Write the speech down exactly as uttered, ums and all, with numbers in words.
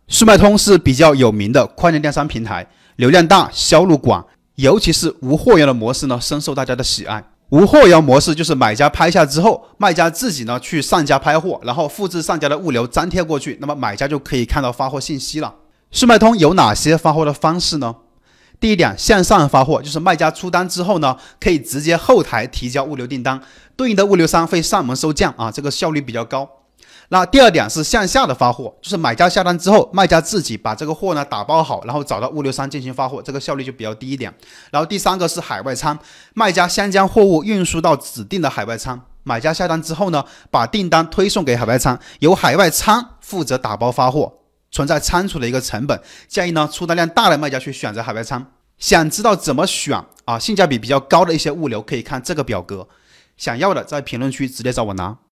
速卖通是比较有名的跨境电商平台，流量大，销路广，尤其是无货源的模式呢，深受大家的喜爱。无货源模式就是买家拍下之后，卖家自己呢去上家拍货，然后复制上家的物流粘贴过去，那么买家就可以看到发货信息了。速卖通有哪些发货的方式呢？第一点，线上发货，就是卖家出单之后呢，可以直接后台提交物流订单，对应的物流商会上门收件啊，这个效率比较高。那第二点是向下的发货，就是买家下单之后，卖家自己把这个货呢打包好，然后找到物流商进行发货，这个效率就比较低一点。然后第三个是海外仓，卖家先将货物运输到指定的海外仓，买家下单之后呢，把订单推送给海外仓，由海外仓负责打包发货，存在仓储的一个成本，建议呢出单量大的卖家去选择海外仓。想知道怎么选啊，性价比比较高的一些物流，可以看这个表格。想要的在评论区直接找我拿。